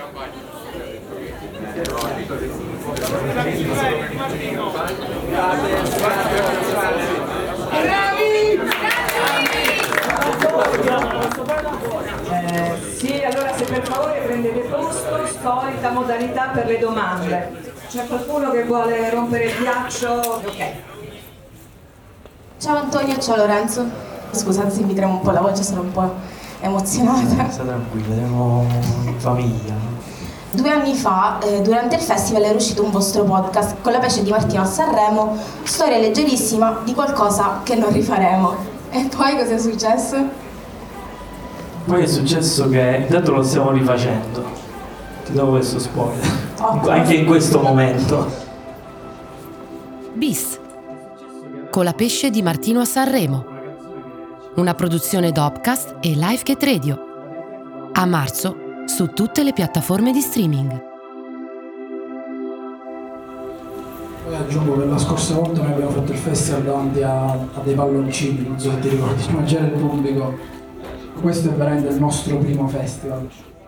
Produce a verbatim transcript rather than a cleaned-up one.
Eh, sì, allora se per favore prendete posto, solita modalità per le domande. C'è qualcuno che vuole rompere il ghiaccio? Ok. Ciao Antonio, ciao Lorenzo. Scusa se mi tremo un po' la voce, sono un po' emozionata. Sta tranquilla, siamo in famiglia. Due anni fa, eh, durante il festival, era uscito un vostro podcast con la pesce di Martino a Sanremo, storia leggerissima di qualcosa che non rifaremo. E poi cosa è successo? Poi è successo che intanto lo stiamo rifacendo. Ti do questo spoiler. Oh, Anche in questo momento. Bis. Con la pesce di Martino a Sanremo. Una produzione Dopcast e Lifegate Radio. A marzo su tutte le piattaforme di streaming. Poi aggiungo che la scorsa volta noi abbiamo fatto il festival davanti a, a dei palloncini, non so se ti ricordi, mangiare il pubblico. Questo è veramente il nostro primo festival.